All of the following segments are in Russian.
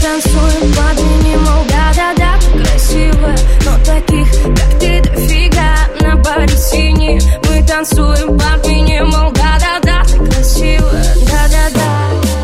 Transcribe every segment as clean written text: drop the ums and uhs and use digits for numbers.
танцуем под минимал. Да-да-да, ты красивая, но таких, как ты, дофига. На баре синий, мы танцуем под минимал. Да-да-да, ты красивая, да-да-да.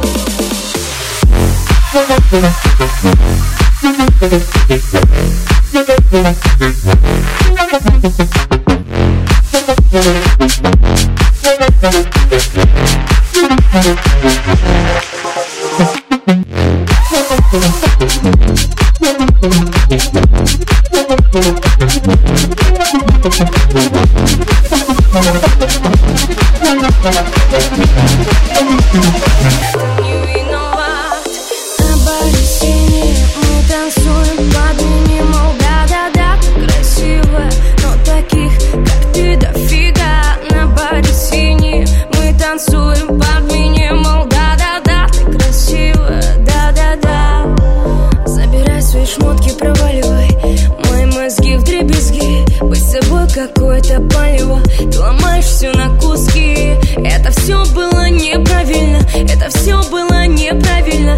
Не виноват. На баре синий, мы танцуем под минимал. Да-да-да, ты красивая, но таких, как ты, дофига. На баре синий, мы танцуем под минимал. Да-да-да, ты красивая, да-да-да. Забирай свои шмотки, проваливай мои мозги вдребезги. Быть собой какое-то палево, ты ломаешь все на куски. Это все было неправильно, это все было неправильно.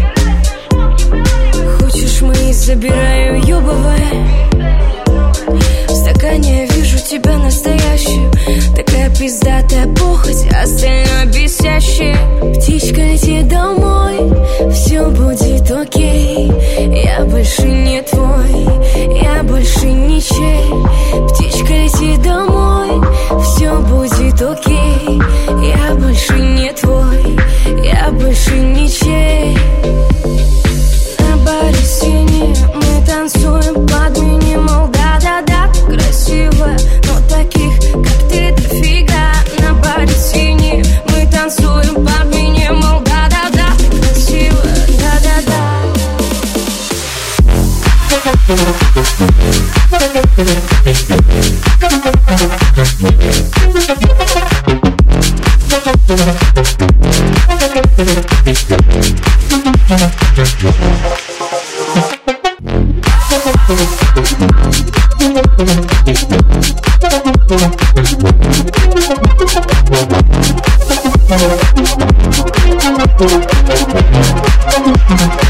Хочешь мои, забираю, ёбывай. В стакане я вижу тебя настоящую. Такая пиздатая похоть, остальное бесящее. Птичка, лети домой, все будет окей. Я больше не твой, я больше ничей. Птичка, лети домой, все будет окей. Я больше не твой, я больше ничей. На баре синий, мы танцуем под минимал. Да-да-да, ты красивая, но таких, как ты, дофига. На баре синий, мы танцуем под минимал. Да-да-да, ты красивая, да-да-да. Thank you.